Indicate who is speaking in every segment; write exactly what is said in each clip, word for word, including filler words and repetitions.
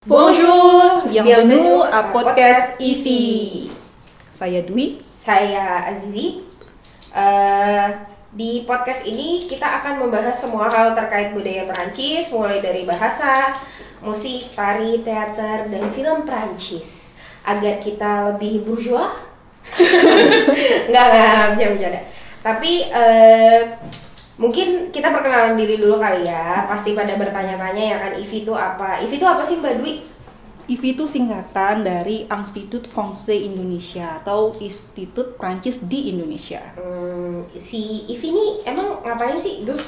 Speaker 1: Bonjour, bienvenue à podcast I V. Saya Dwi,
Speaker 2: saya Azizi. Uh, di podcast ini kita akan membahas semua hal terkait budaya Perancis, mulai dari bahasa, musik, tari, teater, dan film Perancis, agar kita lebih bourgeois. Enggak, enggak, bercanda-bercanda. Tapi uh, mungkin kita perkenalan diri dulu kali ya. Pasti pada bertanya-tanya ya kan, I V itu apa? I V itu apa sih Mbak Dwi?
Speaker 1: I V itu singkatan dari Institut Français Indonesia atau Institut Prancis di Indonesia.
Speaker 2: Hmm, si I V ini emang ngapain sih? Terus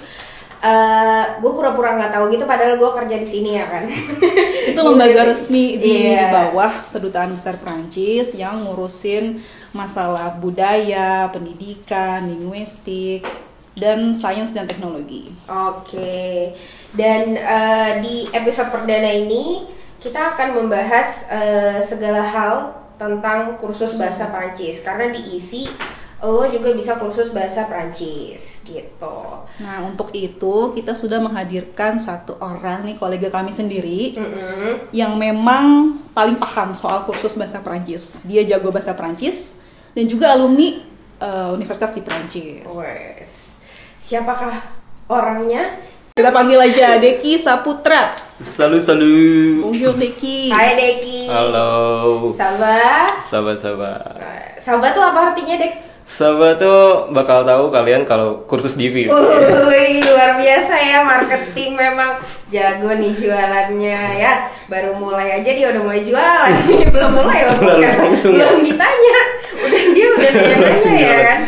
Speaker 2: uh, gue pura-pura nggak tahu gitu, padahal gue kerja di sini ya kan.
Speaker 1: Itu lembaga resmi di
Speaker 2: yeah.
Speaker 1: bawah Kedutaan Besar Prancis yang ngurusin masalah budaya, pendidikan, linguistik, dan sains dan teknologi.
Speaker 2: Oke, dan uh, di episode perdana ini kita akan membahas uh, segala hal tentang kursus bahasa Prancis, karena di I V lo juga bisa kursus bahasa Prancis gitu.
Speaker 1: Nah, untuk itu kita sudah menghadirkan satu orang nih, kolega kami sendiri, mm-hmm. yang memang paling paham soal kursus bahasa Prancis. Dia jago bahasa Prancis dan juga alumni uh, Universitas di Prancis.
Speaker 2: Wes. Siapakah orangnya?
Speaker 1: Kita panggil aja Deki Saputra.
Speaker 3: Salut, salut.
Speaker 1: Bonjour Deki.
Speaker 2: Hai Deki.
Speaker 3: Halo.
Speaker 2: Saba.
Speaker 3: Saba, saba.
Speaker 2: Saba tuh apa artinya, Dek?
Speaker 3: Saba tuh bakal tahu kalian kalau kursus D V.
Speaker 2: Wih, luar biasa ya, marketing memang jago nih jualannya ya. Baru mulai aja dia udah mulai jualan. Belum mulai loh,
Speaker 3: langsung,
Speaker 2: belum ditanya. Udah dia udah nanya ya kan.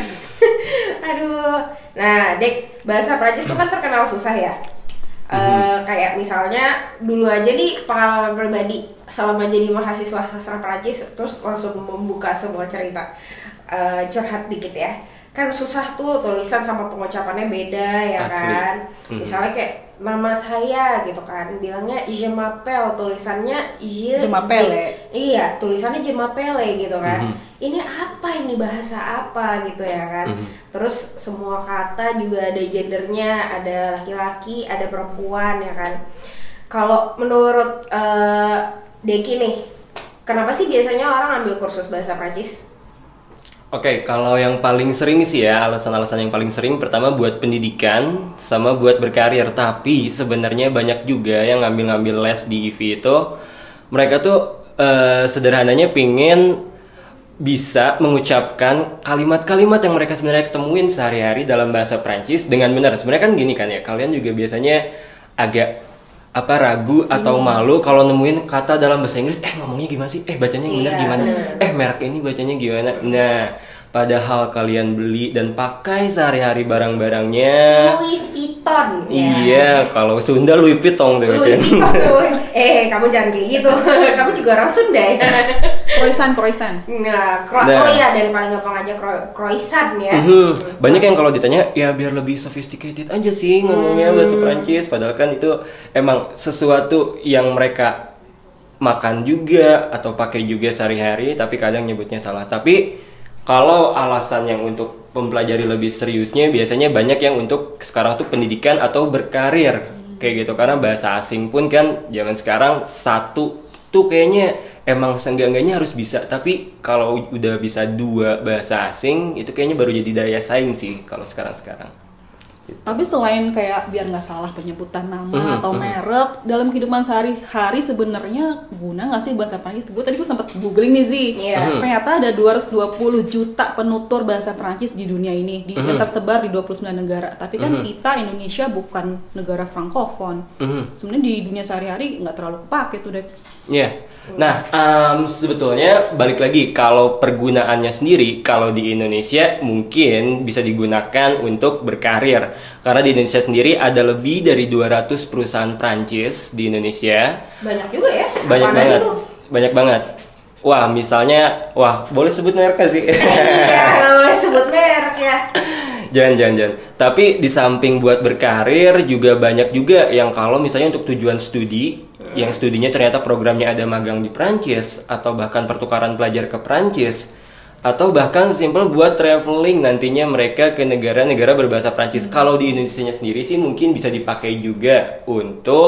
Speaker 2: Aduh. Nah, Dek, bahasa Prancis itu kan terkenal susah ya. Uh, mm-hmm. Kayak misalnya dulu aja nih pengalaman pribadi selama jadi mahasiswa sastra Prancis, terus langsung membuka semua cerita, uh, curhat dikit ya. Kan susah tuh, tulisan sama pengucapannya beda ya. Asli. Kan. Mm-hmm. Misalnya kayak nama saya gitu kan, bilangnya je m'appelle, tulisannya je,
Speaker 1: je m'appelle.
Speaker 2: Iya, tulisannya je m'appelle gitu kan.
Speaker 3: Mm-hmm.
Speaker 2: Ini apa, ini bahasa apa gitu ya kan. Mm-hmm. Terus semua kata juga ada gendernya, ada laki-laki, ada perempuan ya kan. Kalau menurut uh, Deki nih, kenapa sih biasanya orang ambil kursus bahasa Prancis?
Speaker 3: Oke, okay, kalau yang paling sering sih ya, alasan-alasan yang paling sering pertama buat pendidikan sama buat berkarir. Tapi sebenarnya banyak juga yang ngambil-ngambil les di I V itu, mereka tuh uh, sederhananya pingin bisa mengucapkan kalimat-kalimat yang mereka sebenarnya ketemuin sehari-hari dalam bahasa Prancis dengan benar. Sebenarnya kan gini kan ya, kalian juga biasanya agak apa ragu atau malu kalau nemuin kata dalam bahasa Inggris, eh ngomongnya gimana sih? Eh bacanya yang benar
Speaker 2: iya.
Speaker 3: gimana? Eh merek ini bacanya gimana? Nah, padahal kalian beli dan pakai sehari-hari barang-barangnya
Speaker 2: Louis Vuitton.
Speaker 3: Iya, ya. Kalau Sunda Louis Vuitton tuh.
Speaker 2: Louis Vuitton. Eh, kamu jangan kayak gitu. Kamu juga orang Sunda ya.
Speaker 1: Croissant, croissant.
Speaker 2: Nah, cro- nah, oh iya, dari paling gampang aja cro- croissant ya.
Speaker 3: Uh-huh. Banyak yang kalau ditanya ya biar lebih sophisticated aja sih ngomongnya hmm. bahasa Prancis, padahal kan itu emang sesuatu yang mereka makan juga atau pakai juga sehari-hari, tapi kadang nyebutnya salah. Tapi kalau alasan yang untuk mempelajari lebih seriusnya, biasanya banyak yang untuk sekarang tuh pendidikan atau berkarir hmm. kayak gitu, karena bahasa asing pun kan zaman sekarang satu tuh kayaknya emang seenggak-enggaknya harus bisa, tapi kalau udah bisa dua bahasa asing itu kayaknya baru jadi daya saing sih kalau sekarang-sekarang. Gitu.
Speaker 1: Tapi selain kayak biar nggak salah penyebutan nama mm-hmm. atau merek, dalam kehidupan sehari-hari sebenarnya guna nggak sih bahasa Prancis? Gue tadi gue sempat googling nih Zi, yeah. mm-hmm. ternyata ada dua ratus dua puluh juta penutur bahasa Prancis di dunia ini, di, mm-hmm. yang tersebar di dua puluh sembilan negara. Tapi kan mm-hmm. kita Indonesia bukan negara frankofon, mm-hmm. sebenarnya di dunia sehari-hari nggak terlalu kepake tuh deh.
Speaker 3: Iya. Yeah. Nah, um, sebetulnya balik lagi kalau pergunaannya sendiri, kalau di Indonesia mungkin bisa digunakan untuk berkarir. Karena di Indonesia sendiri ada lebih dari dua ratus perusahaan Prancis di Indonesia.
Speaker 2: Banyak juga ya?
Speaker 3: Banyak
Speaker 2: Apaan
Speaker 3: banget.
Speaker 2: itu?
Speaker 3: Banyak banget. Wah, misalnya, wah, boleh sebut merek sih?
Speaker 2: Iya, nggak boleh sebut merek ya.
Speaker 3: Jangan, jangan, jangan. Tapi di samping buat berkarir juga banyak juga yang kalau misalnya untuk tujuan studi, yang studinya ternyata programnya ada magang di Prancis atau bahkan pertukaran pelajar ke Prancis, atau bahkan simple buat traveling nantinya mereka ke negara-negara berbahasa Prancis. Hmm. Kalau di Indonesia sendiri sih mungkin bisa dipakai juga untuk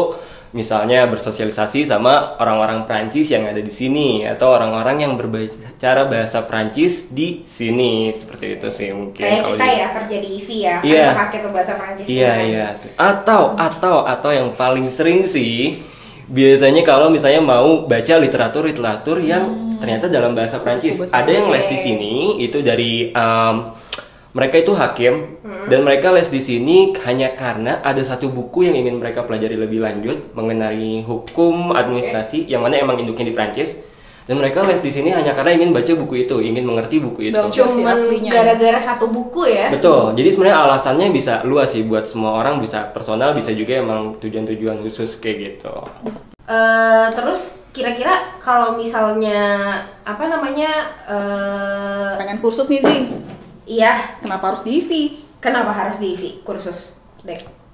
Speaker 3: misalnya bersosialisasi sama orang-orang Prancis yang ada di sini atau orang-orang yang berbicara bahasa Prancis di sini, seperti itu sih mungkin.
Speaker 2: Kayak kita
Speaker 3: di...
Speaker 2: ya kerja di I V ya,
Speaker 3: yeah.
Speaker 2: kan pakai tuh bahasa Prancis.
Speaker 3: Iya iya. Atau atau atau yang paling sering sih biasanya kalau misalnya mau baca literatur-literatur yang hmm. ternyata dalam bahasa Prancis. Ada yang les di sini itu dari um, mereka itu hakim hmm. dan mereka les di sini hanya karena ada satu buku yang ingin mereka pelajari lebih lanjut mengenai hukum administrasi okay. yang mana emang induknya di Prancis, dan mereka les di sini hanya karena ingin baca buku itu, ingin mengerti buku itu.
Speaker 2: Cuma gara-gara satu buku ya.
Speaker 3: Betul. Jadi sebenarnya alasannya bisa luas sih buat semua orang, bisa personal, bisa juga emang tujuan-tujuan khusus kayak gitu.
Speaker 2: Uh, terus kira-kira kalau misalnya apa namanya uh,
Speaker 1: pengen kursus nih sih.
Speaker 2: Iya.
Speaker 1: Kenapa harus di I V?
Speaker 2: Kenapa harus di I V kursus, Dek?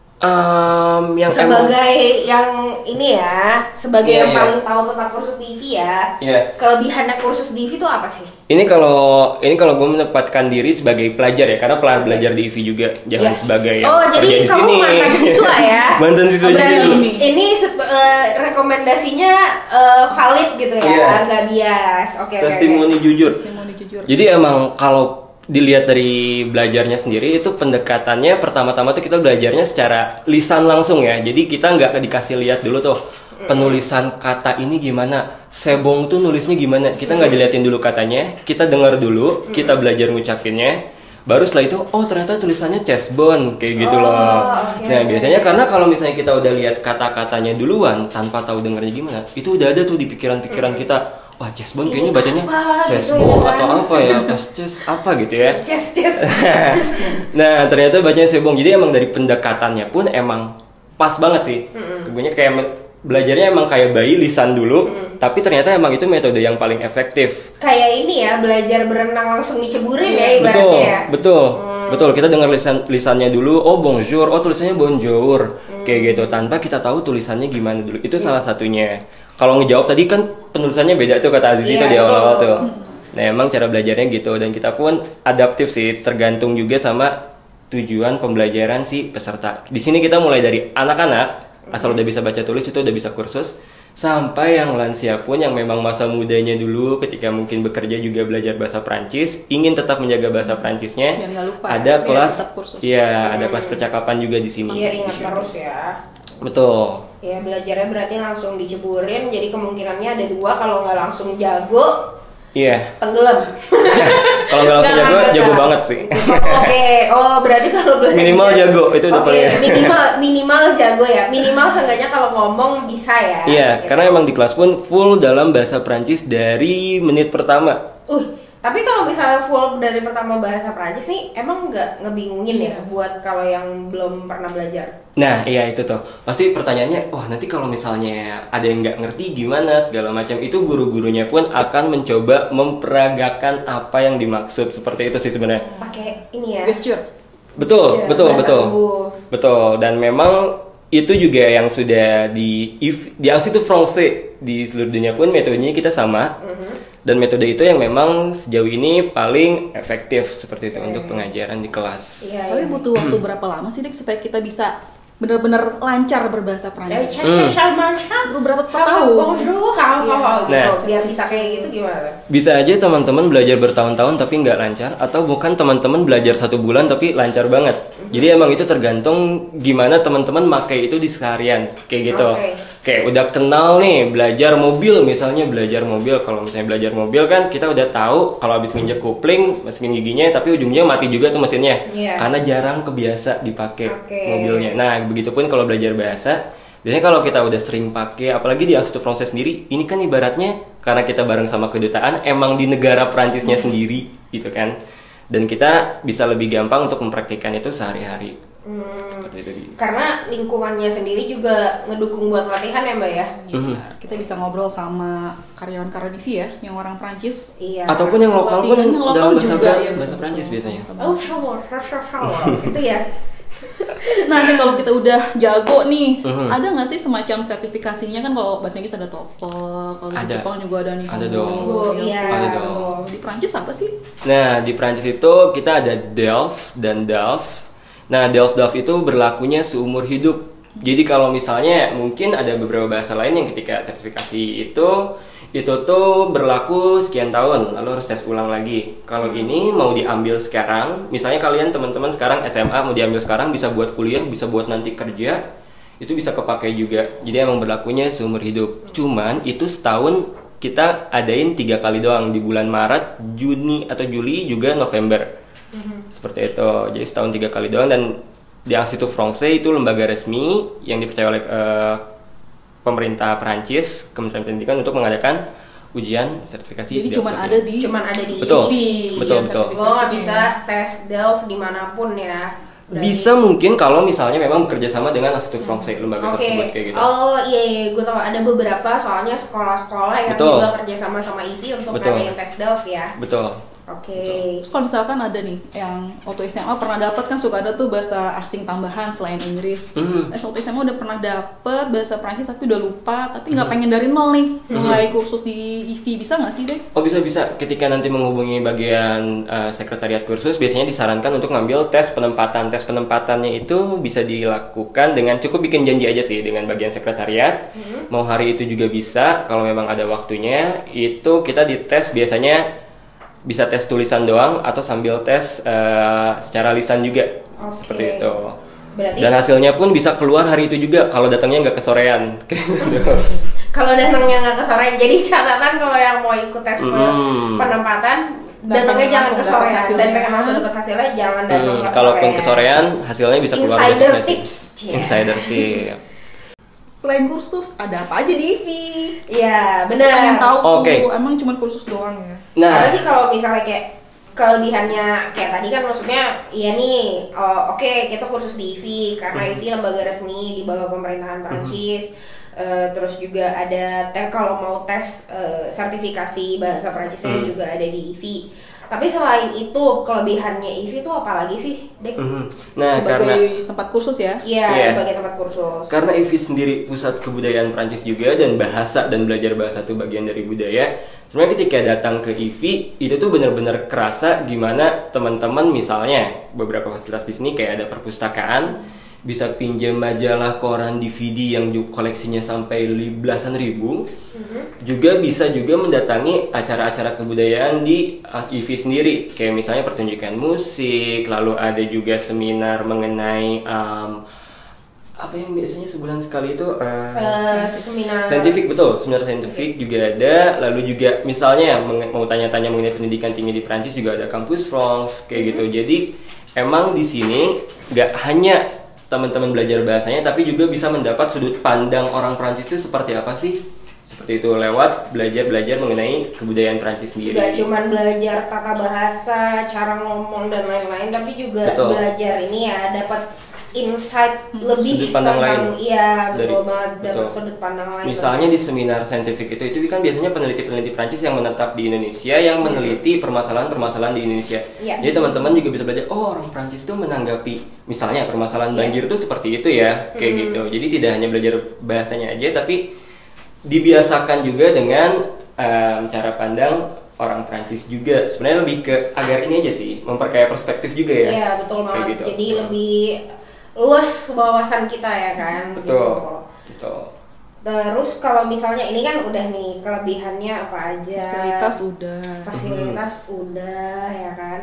Speaker 3: Um, yang
Speaker 2: sebagai
Speaker 3: emang...
Speaker 2: yang ini ya, sebagai
Speaker 3: yeah,
Speaker 2: yang
Speaker 3: yeah.
Speaker 2: paling tahu tentang kursus di I V ya.
Speaker 3: Yeah.
Speaker 2: Kelebihannya kursus di I V itu apa sih?
Speaker 3: Ini kalau ini kalau gue menempatkan diri sebagai pelajar ya, karena pelajar belajar di I V juga, jangan yeah. sebagai yang
Speaker 2: oh jadi
Speaker 3: di
Speaker 2: kamu
Speaker 3: sini.
Speaker 2: mantan siswa ya?
Speaker 3: Mantan siswa juga
Speaker 2: ini. Ini uh, rekomendasinya uh, valid gitu ya, yeah. nggak bias. Oke. Okay,
Speaker 3: Testimoni okay. jujur.
Speaker 1: Testimoni jujur.
Speaker 3: Jadi emang kalau dilihat dari belajarnya sendiri itu pendekatannya pertama-tama tuh kita belajarnya secara lisan langsung ya. Jadi kita nggak dikasih lihat dulu tuh penulisan kata ini gimana, sebong tuh nulisnya gimana. Kita nggak diliatin dulu katanya, kita dengar dulu, kita belajar ngucapinnya. Baru setelah itu, oh ternyata tulisannya chessbone kayak gitu loh.
Speaker 2: Oh, okay.
Speaker 3: Nah biasanya karena kalau misalnya kita udah lihat kata-katanya duluan tanpa tahu dengarnya gimana, itu udah ada tuh di pikiran-pikiran kita. Wah, chessbone kayaknya bacanya chessbone gitu, atau apa ya? Pas chess apa gitu ya?
Speaker 2: Chess chess.
Speaker 3: Nah, ternyata bacanya sebong. Jadi emang dari pendekatannya pun emang pas banget sih. Kemudian kayak belajarnya emang kayak bayi lisan dulu, mm. tapi ternyata emang itu metode yang paling efektif.
Speaker 2: Kayak ini ya, belajar berenang langsung diceburin ya ibaratnya
Speaker 3: betul,
Speaker 2: ya.
Speaker 3: Betul, mm. betul. Kita dengar lisan lisannya dulu, oh bonjour, oh tulisannya bonjour, mm. kayak gitu. Tanpa kita tahu tulisannya gimana dulu. Itu mm. salah satunya. Kalau ngejawab tadi kan penulisannya beda tuh kata Aziz yeah, itu di awal-awal tuh. Nah emang cara belajarnya gitu, dan kita pun adaptif sih, tergantung juga sama tujuan pembelajaran si peserta. Di sini kita mulai dari anak-anak, asal udah bisa baca tulis itu udah bisa kursus, sampai yang lansia pun yang memang masa mudanya dulu ketika mungkin bekerja juga belajar bahasa Prancis, ingin tetap menjaga bahasa Prancisnya.
Speaker 1: Jangan lupa,
Speaker 3: ada
Speaker 1: ya,
Speaker 3: kelas, iya
Speaker 2: hmm.
Speaker 3: ada kelas percakapan juga di sini.
Speaker 2: Biar ingat terus ya.
Speaker 3: Betul.
Speaker 2: Ya belajarnya berarti langsung diceburin, jadi kemungkinannya ada dua, kalau nggak langsung jago,
Speaker 3: iya.
Speaker 2: tenggelam.
Speaker 3: Kalau nggak langsung jago, jago banget sih.
Speaker 2: Oke, okay. oh berarti kalau belajar
Speaker 3: minimal jago itu udah
Speaker 2: okay. minimal minimal jago ya, minimal seenggaknya kalau ngomong bisa ya.
Speaker 3: Iya,
Speaker 2: gitu.
Speaker 3: karena emang di kelas pun full dalam bahasa Prancis dari menit pertama.
Speaker 2: Uh. Tapi kalau misalnya full dari pertama bahasa Prancis nih, emang nggak ngebingungin ya buat kalau yang belum pernah belajar?
Speaker 3: Nah, iya itu tuh. Pasti pertanyaannya, wah nanti kalau misalnya ada yang nggak ngerti gimana segala macam, itu guru-gurunya pun akan mencoba memperagakan apa yang dimaksud, seperti itu sih sebenarnya.
Speaker 2: Pakai ini ya.
Speaker 1: Gesture.
Speaker 3: Betul,
Speaker 2: Gesture,
Speaker 3: betul, betul.
Speaker 2: tubuh.
Speaker 3: Betul, dan memang itu juga yang sudah di di Institut Français di seluruh dunia pun metodenya kita sama. Mm-hmm. Dan metode itu yang memang sejauh ini paling efektif seperti itu hmm. untuk pengajaran di kelas.
Speaker 1: Ya, Tapi ya. butuh waktu berapa lama sih Dek supaya kita bisa benar-benar lancar berbahasa Prancis?
Speaker 2: Hmm.
Speaker 1: Beberapa tahun.
Speaker 2: Bonjour, how gitu. Biar bisa kayak gitu gimana?
Speaker 3: Bisa aja teman-teman belajar bertahun-tahun tapi nggak lancar, atau bukan teman-teman belajar satu bulan tapi lancar banget. Mm-hmm. Jadi emang itu tergantung gimana teman-teman pakai itu di seharian kayak gitu. Okay. Kayak udah kenal nih belajar mobil, misalnya belajar mobil. Kalau misalnya belajar mobil kan kita udah tahu kalau habis nginjek kopling masukin giginya, tapi ujungnya mati juga tuh mesinnya. Yeah. Karena jarang kebiasa dipakai okay. mobilnya. Nah, begitupun kalau belajar bahasa, biasanya kalau kita udah sering pakai, apalagi di Institut Français sendiri, ini kan ibaratnya karena kita bareng sama kedutaan, emang di negara Prancisnya sendiri gitu kan. Dan kita bisa lebih gampang untuk mempraktikkan itu sehari-hari.
Speaker 2: Hmm, karena lingkungannya sendiri juga ngedukung buat latihan ya Mbak ya.
Speaker 1: Iya, mm-hmm. Kita bisa ngobrol sama karyawan-karyawan I V ya, yang orang Prancis.
Speaker 2: Iya.
Speaker 3: Ataupun yang lokal pun dalam bahasa
Speaker 1: juga, ya,
Speaker 3: bahasa Prancis biasanya.
Speaker 2: Oh, sama, sama, sama, itu ya.
Speaker 1: Nah, nih kalau kita udah jago nih, mm-hmm. ada nggak sih semacam sertifikasinya kan? Kalau bahasa Inggris ada TOEFL, kalau di Jepang juga ada nih.
Speaker 3: Ada dong.
Speaker 2: Oh, iya.
Speaker 3: Ada dong.
Speaker 1: Di Prancis apa sih?
Speaker 3: Nah, di Prancis itu kita ada D E L F dan D A L F. Nah, D E L F-D A L F itu berlakunya seumur hidup. Jadi kalau misalnya mungkin ada beberapa bahasa lain yang ketika sertifikasi itu itu tuh berlaku sekian tahun, lalu harus tes ulang lagi. Kalau ini mau diambil sekarang, misalnya kalian teman-teman sekarang S M A mau diambil sekarang, bisa buat kuliah, bisa buat nanti kerja, itu bisa kepakai juga. Jadi emang berlakunya seumur hidup. Cuman itu setahun kita adain tiga kali doang, di bulan Maret, Juni atau Juli, juga November. Mm-hmm. Seperti itu. Jadi setahun tiga kali doang, dan di Institut Français itu lembaga resmi yang dipercaya oleh uh, pemerintah Perancis, Kementerian Pendidikan, untuk mengadakan ujian sertifikasi.
Speaker 1: Jadi cuma ada di
Speaker 2: cuman ada di
Speaker 3: betul,
Speaker 2: I F I.
Speaker 3: betul, betul.
Speaker 2: Lo nggak bisa tes D E L F dimanapun ya. Berarti.
Speaker 3: Bisa mungkin kalau misalnya memang bekerja sama dengan Institut Français, lembaga
Speaker 2: okay.
Speaker 3: tersebut kayak gitu.
Speaker 2: Oh iya, iya. Gue tahu ada beberapa soalnya sekolah-sekolah yang
Speaker 3: betul.
Speaker 2: juga kerja sama sama I F I untuk ngadain tes D E L F ya.
Speaker 3: Betul.
Speaker 2: Oke. Okay.
Speaker 1: Terus kalau misalkan ada nih yang waktu S M A pernah dapat, kan suka ada tuh bahasa asing tambahan selain Inggris. Mm. Eh, waktu S M A udah pernah dapet bahasa Prancis tapi udah lupa, tapi nggak mm. pengen dari nol nih mulai mm. kursus di I F I, bisa nggak sih deh?
Speaker 3: Oh bisa bisa. Ketika nanti menghubungi bagian uh, sekretariat kursus, biasanya disarankan untuk ngambil tes penempatan. Tes penempatannya itu bisa dilakukan dengan cukup bikin janji aja sih dengan bagian sekretariat. Mm. Mau hari itu juga bisa kalau memang ada waktunya. Itu kita dites biasanya bisa tes tulisan doang atau sambil tes uh, secara lisan juga. Okay. Seperti itu. Berarti dan hasilnya pun bisa keluar hari itu juga kalau datangnya nggak kesorean.
Speaker 2: Kalau datangnya nggak kesorean, jadi catatan kalau yang mau ikut tes hmm. penempatan datangnya jangan kesorean, dan pengen langsung dapat hasilnya jangan datang hmm. kesorean.
Speaker 3: Kalaupun kesorean hasilnya bisa keluar
Speaker 2: insider tips.
Speaker 3: Yeah. Insider tips.
Speaker 1: Selain kursus ada apa aja di I F I?
Speaker 2: Iya benar.
Speaker 1: Pengen tahu
Speaker 3: okay.
Speaker 1: tuh, emang cuma kursus doang ya?
Speaker 2: Nah, apa sih kalau misalnya kayak kelebihannya kayak tadi kan, maksudnya iya nih, oh, oke okay, kita kursus di I F I karena mm-hmm. I F I lembaga resmi di bawah pemerintahan Prancis. Mm-hmm. uh, terus juga ada teh kalau mau tes uh, sertifikasi bahasa Prancisnya mm-hmm. juga ada di I F I. Tapi selain itu kelebihannya I F I itu apa lagi sih, Dek?
Speaker 3: Mm-hmm. Nah,
Speaker 1: sebagai
Speaker 3: karena
Speaker 1: tempat kursus ya?
Speaker 2: Iya, yeah. sebagai tempat kursus.
Speaker 3: Karena I F I sendiri pusat kebudayaan Prancis juga, dan bahasa dan belajar bahasa itu bagian dari budaya. Sebenarnya ketika datang ke I F I itu tuh benar-benar kerasa gimana teman-teman, misalnya beberapa fasilitas di sini kayak ada perpustakaan, bisa pinjam majalah, koran, D V D yang koleksinya sampai belasan ribu. Mm-hmm. Juga bisa juga mendatangi acara-acara kebudayaan di I F I sendiri, kayak misalnya pertunjukan musik, lalu ada juga seminar mengenai um, apa yang biasanya sebulan sekali itu uh,
Speaker 2: uh, seminar
Speaker 3: saintifik, betul, seminar saintifik okay. juga ada. Lalu juga misalnya mau tanya-tanya mengenai pendidikan tinggi di Prancis juga ada Campus France kayak mm-hmm. gitu. Jadi emang di sini nggak hanya teman-teman belajar bahasanya, tapi juga bisa mendapat sudut pandang orang Prancis itu seperti apa sih, seperti itu lewat belajar-belajar mengenai kebudayaan Prancis sendiri.
Speaker 2: Gak cuma belajar tata bahasa, cara ngomong dan lain-lain, tapi juga betul. Belajar ini ya dapat insight hmm. lebih
Speaker 3: sudut pandang
Speaker 2: tentang,
Speaker 3: lain.
Speaker 2: Iya betul
Speaker 3: Dari,
Speaker 2: banget, dapat
Speaker 3: betul.
Speaker 2: sudut pandang lain.
Speaker 3: Misalnya di seminar saintifik itu, itu kan biasanya peneliti-peneliti Prancis yang menetap di Indonesia yang meneliti permasalahan-permasalahan di Indonesia. Ya. Jadi teman-teman juga bisa belajar, oh orang Prancis tuh menanggapi misalnya permasalahan ya. banjir tuh seperti itu ya, kayak hmm. gitu. Jadi tidak hanya belajar bahasanya aja, tapi dibiasakan juga dengan um, cara pandang orang Prancis juga. Sebenarnya lebih ke agar ini aja sih, memperkaya perspektif juga ya.
Speaker 2: Iya betul banget.
Speaker 3: Gitu.
Speaker 2: Jadi lebih luas wawasan kita ya kan.
Speaker 3: Betul.
Speaker 2: Gitu.
Speaker 3: Betul.
Speaker 2: Terus kalau misalnya ini kan udah nih kelebihannya apa aja?
Speaker 1: Fasilitas udah.
Speaker 2: Fasilitas hmm. udah ya kan.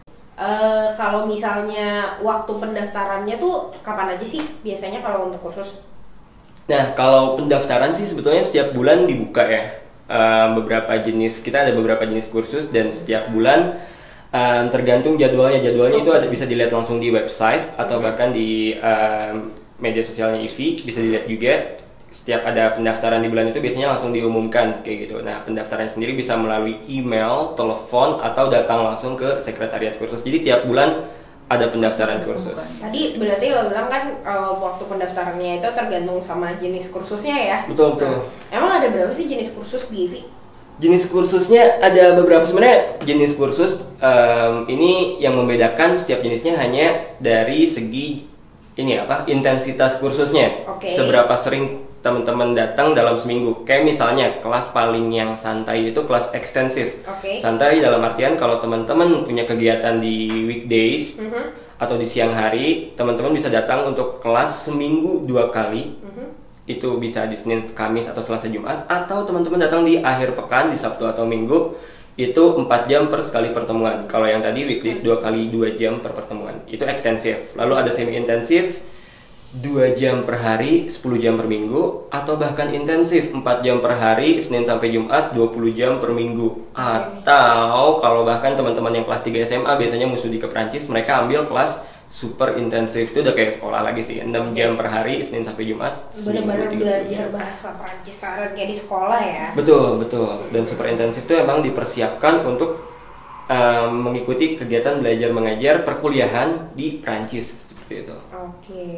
Speaker 2: Uh, kalau misalnya waktu pendaftarannya tuh kapan aja sih biasanya kalau untuk kursus?
Speaker 3: Nah kalau pendaftaran sih sebetulnya setiap bulan dibuka ya. Uh, beberapa jenis, kita ada beberapa jenis kursus dan setiap bulan Um, tergantung jadwalnya. Jadwalnya itu ada bisa dilihat langsung di website atau bahkan di um, media sosialnya I F I bisa dilihat juga. Setiap ada pendaftaran di bulan itu biasanya langsung diumumkan kayak gitu. Nah pendaftaran sendiri bisa melalui email, telepon, atau datang langsung ke sekretariat kursus. Jadi tiap bulan ada pendaftaran kursus.
Speaker 2: Tadi berarti lo bilang kan uh, waktu pendaftarannya itu tergantung sama jenis kursusnya ya?
Speaker 3: Betul betul.
Speaker 2: Nah, emang ada berapa sih jenis kursus di I F I?
Speaker 3: Jenis kursusnya ada beberapa. Sebenarnya jenis kursus um, ini yang membedakan setiap jenisnya hanya dari segi ini apa intensitas kursusnya.
Speaker 2: Okay.
Speaker 3: Seberapa sering teman-teman datang dalam seminggu. Kayak misalnya kelas paling yang santai itu kelas ekstensif.
Speaker 2: Okay.
Speaker 3: Santai dalam artian kalau teman-teman punya kegiatan di weekdays mm-hmm. atau di siang hari, teman-teman bisa datang untuk kelas seminggu dua kali. Mm-hmm. Itu bisa di Senin, Kamis atau Selasa, Jumat, atau teman-teman datang di akhir pekan di Sabtu atau Minggu. Itu empat jam per sekali pertemuan. Kalau yang tadi weekdays dua kali dua jam per pertemuan. Itu ekstensif. Lalu ada semi intensif dua jam per hari, sepuluh jam per minggu, atau bahkan intensif empat jam per hari, Senin sampai Jumat, dua puluh jam per minggu. Atau kalau bahkan teman-teman yang kelas tiga S M A biasanya mau studi ke Prancis, mereka ambil kelas super intensif. Itu udah kayak sekolah lagi sih, enam jam per hari, Senin sampai Jumat.
Speaker 2: Bener-bener belajar bahasa Prancis saran kayak di sekolah ya.
Speaker 3: Betul, betul. Dan super intensif itu emang dipersiapkan untuk um, mengikuti kegiatan belajar mengajar perkuliahan di Prancis seperti itu.
Speaker 2: Oke. Okay.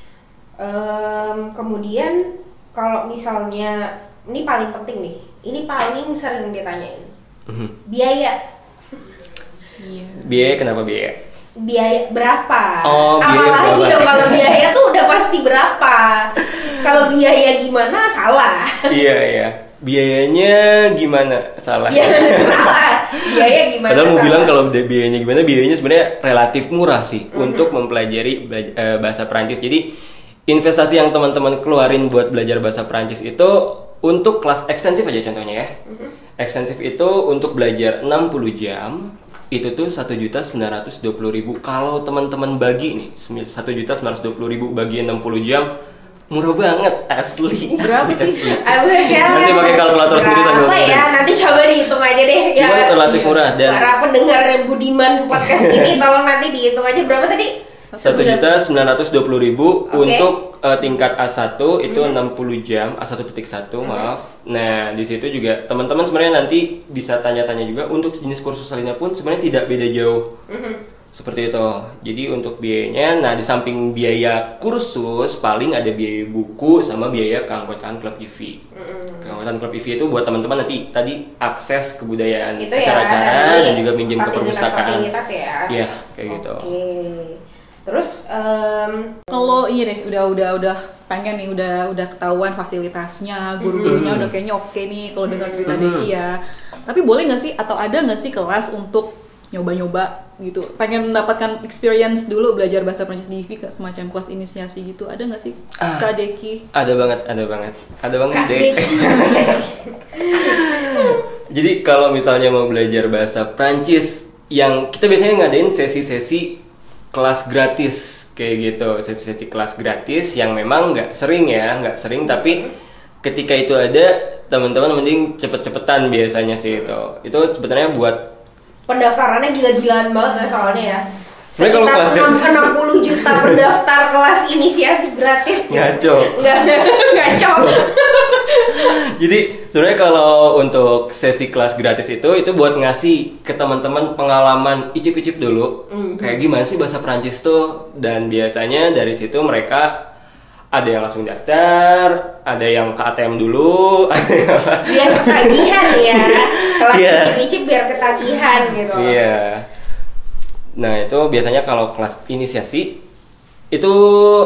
Speaker 2: Um, kemudian kalau misalnya ini paling penting nih, ini paling sering ditanyain. Mm-hmm. Biaya.
Speaker 1: Iya.
Speaker 3: Biaya kenapa biaya?
Speaker 2: Biaya berapa?
Speaker 3: Oh, biaya
Speaker 2: apalagi
Speaker 3: berapa?
Speaker 2: dong kalau biaya tuh udah pasti berapa. Kalau biaya gimana salah.
Speaker 3: Iya iya. Biayanya gimana salah?
Speaker 2: Biaya salah. Biaya gimana?
Speaker 3: Padahal mau
Speaker 2: salah.
Speaker 3: bilang kalau biayanya gimana, biayanya sebenarnya relatif murah sih mm-hmm. untuk mempelajari bela- uh, bahasa Prancis. Jadi investasi yang teman-teman keluarin buat belajar bahasa Prancis itu untuk kelas ekstensif aja contohnya ya. Mm-hmm. Ekstensif itu untuk belajar enam puluh jam. Itu tuh satu juta sembilan ratus dua puluh ribu. Kalau teman-teman bagi nih satu juta sembilan ratus dua puluh ribu bagi enam puluh jam, murah banget asli.
Speaker 1: Berapa
Speaker 3: asli,
Speaker 1: sih?
Speaker 3: asli. Nanti pakai kalkulator sendiri sambil
Speaker 2: berapa ya? Nanti coba dihitung aja deh.
Speaker 3: Cuma
Speaker 2: ya,
Speaker 3: relatif murah dan
Speaker 2: para pendengar Budiman podcast ini tolong nanti dihitung aja berapa tadi?
Speaker 3: satu juta sembilan ratus dua puluh ribu
Speaker 2: okay.
Speaker 3: untuk uh, tingkat A satu itu mm-hmm. enam puluh jam, A satu titik satu mm-hmm. maaf. Nah, di situ juga teman-teman sebenarnya nanti bisa tanya-tanya juga untuk jenis kursus lainnya pun sebenarnya tidak beda jauh. Mm-hmm. Seperti itu. Jadi untuk biayanya, nah di samping biaya kursus paling ada biaya buku sama biaya keanggotaan klub I V. Mm-hmm. Keanggotaan klub I V itu buat teman-teman nanti tadi akses kebudayaan
Speaker 2: itu
Speaker 3: acara-acara
Speaker 2: ya,
Speaker 3: dan juga minjem ke perpustakaan.
Speaker 2: Fasilitas ya.
Speaker 3: Iya, kayak
Speaker 2: okay.
Speaker 3: gitu.
Speaker 2: Terus um,
Speaker 1: kalau iya deh udah udah udah pengen nih udah udah ketahuan fasilitasnya, guru-gurunya udah kayaknya oke nih kalau dengar cerita Deki ya. Tapi boleh nggak sih atau ada nggak sih kelas untuk nyoba-nyoba gitu? Pengen mendapatkan experience dulu belajar bahasa Prancis di I V, semacam kelas inisiasi gitu. Ada nggak sih
Speaker 3: ah,
Speaker 1: Kak Deki?
Speaker 3: Ada banget, ada banget, ada banget
Speaker 2: Kak
Speaker 3: deh.
Speaker 2: Deki.
Speaker 3: Jadi kalau misalnya mau belajar bahasa Prancis, yang kita biasanya ngadain sesi-sesi kelas gratis kayak gitu, sesi-sesi kelas gratis yang memang nggak sering ya, nggak sering tapi ketika itu ada teman-teman mending cepet-cepetan biasanya sih itu. Itu sebenarnya buat
Speaker 2: pendaftarannya gila-gilaan banget ya soalnya ya.
Speaker 3: Sekitar
Speaker 2: enam puluh juta pendaftar kelas inisiasi gratis.
Speaker 3: Ngaco.
Speaker 2: Nggak, ngaco.
Speaker 3: Jadi sebenarnya kalau untuk sesi kelas gratis itu itu buat ngasih ke teman-teman pengalaman icip-icip dulu mm-hmm. kayak gimana sih bahasa Prancis tuh, dan biasanya dari situ mereka ada yang langsung daftar, ada yang ke A T M dulu,
Speaker 2: biar ketagihan ya, kelas
Speaker 3: yeah.
Speaker 2: icip-icip biar ketagihan gitu.
Speaker 3: Iya. Yeah. Nah itu biasanya kalau kelas inisiasi itu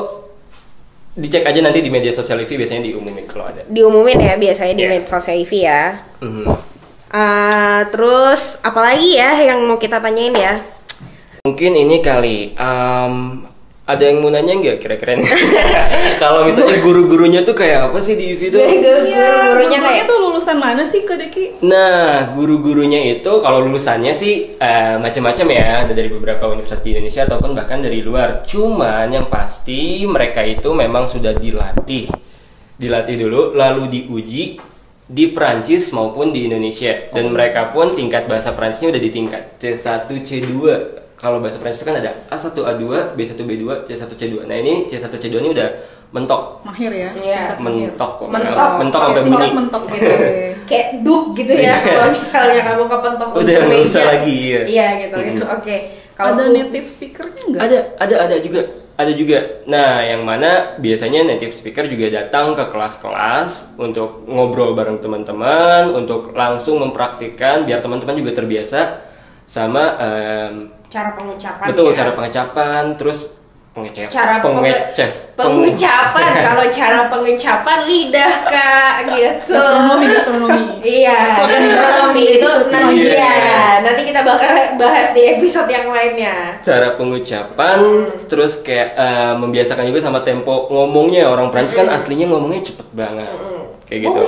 Speaker 3: dicek aja nanti di media sosial I V, biasanya diumumin kalau ada.
Speaker 2: Diumumin ya biasanya di
Speaker 3: yeah.
Speaker 2: media sosial I V ya.
Speaker 3: Mm-hmm.
Speaker 2: Uh, terus apalagi ya yang mau kita tanyain ya?
Speaker 3: Mungkin ini kali. Um, ada yang mau nanya nggak kira-kira nih? Kalau misalnya guru-gurunya tuh kayak apa sih di I V itu?
Speaker 2: Guru-gurunya kayak
Speaker 1: tuh lulusan mana sih Kak Deki?
Speaker 3: Nah, guru-gurunya itu kalau lulusannya sih uh, macam-macam ya, ada dari beberapa universitas di Indonesia ataupun bahkan dari luar. Cuman yang pasti mereka itu memang sudah dilatih, dilatih dulu, lalu diuji di Perancis maupun di Indonesia. Dan mereka pun tingkat bahasa Perancisnya udah di tingkat C satu C dua. Kalau bahasa Prancis itu kan ada A satu A dua, B satu B dua, C satu C dua. Nah ini C satu C dua ini udah mentok.
Speaker 1: Mahir ya?
Speaker 2: Iya.
Speaker 3: Mentok kok.
Speaker 2: Mentok.
Speaker 3: Mentok sampai bunyi.
Speaker 1: Mentok gitu.
Speaker 2: Kayak duk gitu ya. Kalau misalnya kamu kepentok
Speaker 3: udah nggak usah lagi ya.
Speaker 2: Iya gitu gitu.
Speaker 3: Hmm.
Speaker 2: Oke. Okay.
Speaker 1: Kalau ada native speakernya nggak?
Speaker 3: Ada, ada, ada juga. Ada juga. Nah, yang mana biasanya native speaker juga datang ke kelas-kelas untuk ngobrol bareng teman-teman, untuk langsung mempraktikkan biar teman-teman juga terbiasa sama um,
Speaker 2: cara pengucapan.
Speaker 3: betul
Speaker 2: ya?
Speaker 3: cara pengucapan, terus pengecap
Speaker 2: cara
Speaker 3: pengecap
Speaker 2: pengucapan kalau cara pengucapan lidah kak gitu.
Speaker 1: Gastronomi, gastronomi.
Speaker 2: Iya, gastronomi itu nanti ya nanti kita bakal bahas di episode yang lainnya.
Speaker 3: Cara pengucapan hmm. terus kayak uh, membiasakan juga sama tempo ngomongnya. Orang Prancis hmm. kan aslinya ngomongnya cepet banget. Hmm. Kayak gitu.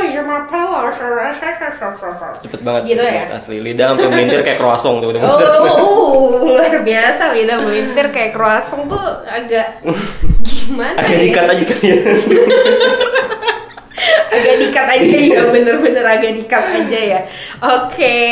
Speaker 3: Cepet banget
Speaker 2: gitu ya.
Speaker 3: Asli lidah sampai melintir kayak croissant tuh.
Speaker 2: Oh, uh, luar biasa lidah melintir kayak croissant tuh agak gimana?
Speaker 3: Agak
Speaker 2: ya?
Speaker 3: dikat aja kali ya.
Speaker 2: Agak dikat aja ya, bener-bener agak dikat aja ya. Oke, okay.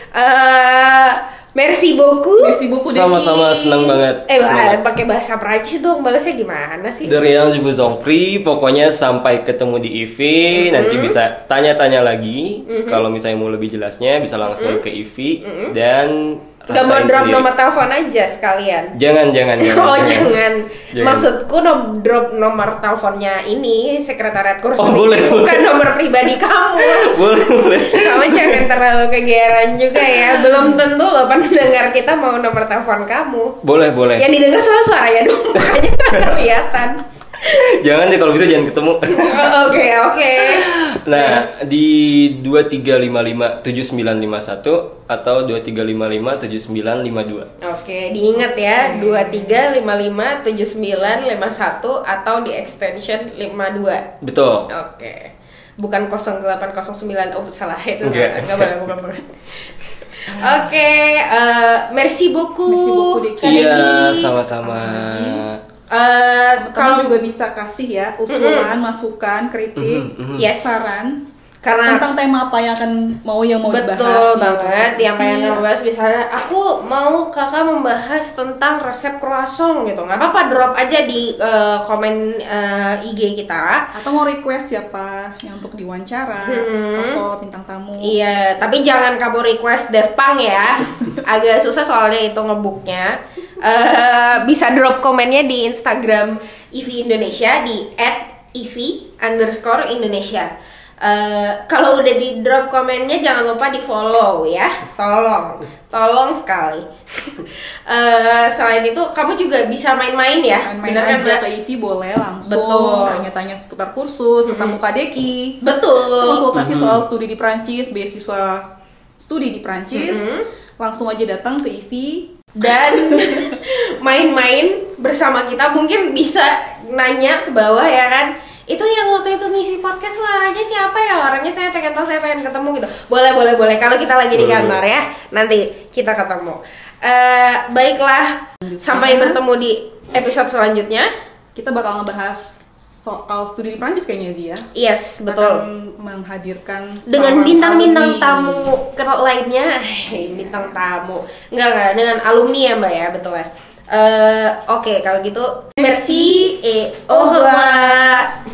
Speaker 2: uh, merci beaucoup.
Speaker 1: Merci beaucoup.
Speaker 3: Sama-sama, senang banget.
Speaker 2: Eh, pakai bahasa Prancis dong, balasnya gimana sih?
Speaker 3: De rien, je vous en prie. Pokoknya sampai ketemu di I V, mm-hmm. nanti bisa tanya-tanya lagi. Mm-hmm. Kalau misalnya mau lebih jelasnya, bisa langsung mm-hmm. ke I V mm-hmm. dan
Speaker 2: gak mau drop sendiri. Nomor telepon aja sekalian.
Speaker 3: Jangan, jangan, jangan.
Speaker 2: Oh, jangan. jangan. Maksudku no, drop nomor teleponnya ini sekretariat kursus.
Speaker 3: Oh, boleh,
Speaker 2: bukan
Speaker 3: boleh.
Speaker 2: nomor pribadi kamu.
Speaker 3: Boleh, boleh.
Speaker 2: Kamu jangan terlalu kegeeran juga ya. Belum tentu loh pendengar kita mau nomor telepon kamu.
Speaker 3: Boleh, boleh.
Speaker 2: Yang didengar suara-suaranya dong. Makanya gak kelihatan.
Speaker 3: Jangan deh, kalau bisa jangan ketemu.
Speaker 2: Oke, oke. Okay, okay.
Speaker 3: Nah, di dua tiga lima lima tujuh sembilan lima satu atau dua tiga lima lima tujuh sembilan lima dua.
Speaker 2: Oke, diingat ya, dua tiga lima lima tujuh sembilan lima satu atau di extension lima dua.
Speaker 3: Betul.
Speaker 2: Oke. Bukan nol delapan nol sembilan, oh salah itu.
Speaker 3: Enggak.
Speaker 2: Enggak boleh, bukan boleh. Oke, uh, merci beaucoup.
Speaker 1: Merci beaucoup.
Speaker 3: Iya, sama-sama.
Speaker 1: Uh, kalau juga bisa kasih ya usulan, mm-hmm. masukan, kritik,
Speaker 3: mm-hmm.
Speaker 2: yes.
Speaker 1: saran
Speaker 2: karena
Speaker 1: tentang tema apa yang akan mau yang mau
Speaker 2: betul
Speaker 1: dibahas.
Speaker 2: Betul banget, yang pengen membahas misalnya aku mau kakak membahas tentang resep croissant gitu, nggak apa-apa drop aja di uh, komen uh, I G kita.
Speaker 1: Atau mau request siapa yang untuk diwawancara hmm. atau bintang tamu.
Speaker 2: Iya, tapi jangan kamu request Def Pang ya, agak susah soalnya itu ngebooknya. Uh, bisa drop komennya di Instagram I V Indonesia di at I V underscore Indonesia. Uh, kalau udah di drop komennya jangan lupa di follow ya, tolong, tolong sekali. uh, selain itu kamu juga bisa main-main ya,
Speaker 1: main-main aja ke I V boleh langsung. Betul. Tanya-tanya seputar kursus, tentang mm-hmm. Mukadeki.
Speaker 2: Betul.
Speaker 1: Konsultasi
Speaker 3: mm-hmm.
Speaker 1: soal studi di Prancis, beasiswa studi di Prancis, mm-hmm. langsung aja datang ke I V.
Speaker 2: Dan main-main bersama kita, mungkin bisa nanya ke bawah ya kan, itu yang waktu itu ngisi podcast orangnya siapa ya, orangnya saya pengen tahu, saya pengen ketemu gitu. Boleh boleh boleh kalau kita lagi di kantor ya, nanti kita ketemu. uh, baiklah, sampai bertemu di episode selanjutnya.
Speaker 1: Kita bakal ngebahas soal studi di Prancis kayaknya sih ya.
Speaker 2: Yes, betul.
Speaker 1: Akan menghadirkan
Speaker 2: dengan bintang-bintang tamu ke lainnya. Bintang tamu. Enggak enggak, dengan alumni ya, Mbak ya, betul ya. Uh, Oke, okay, kalau gitu merci et au revoir.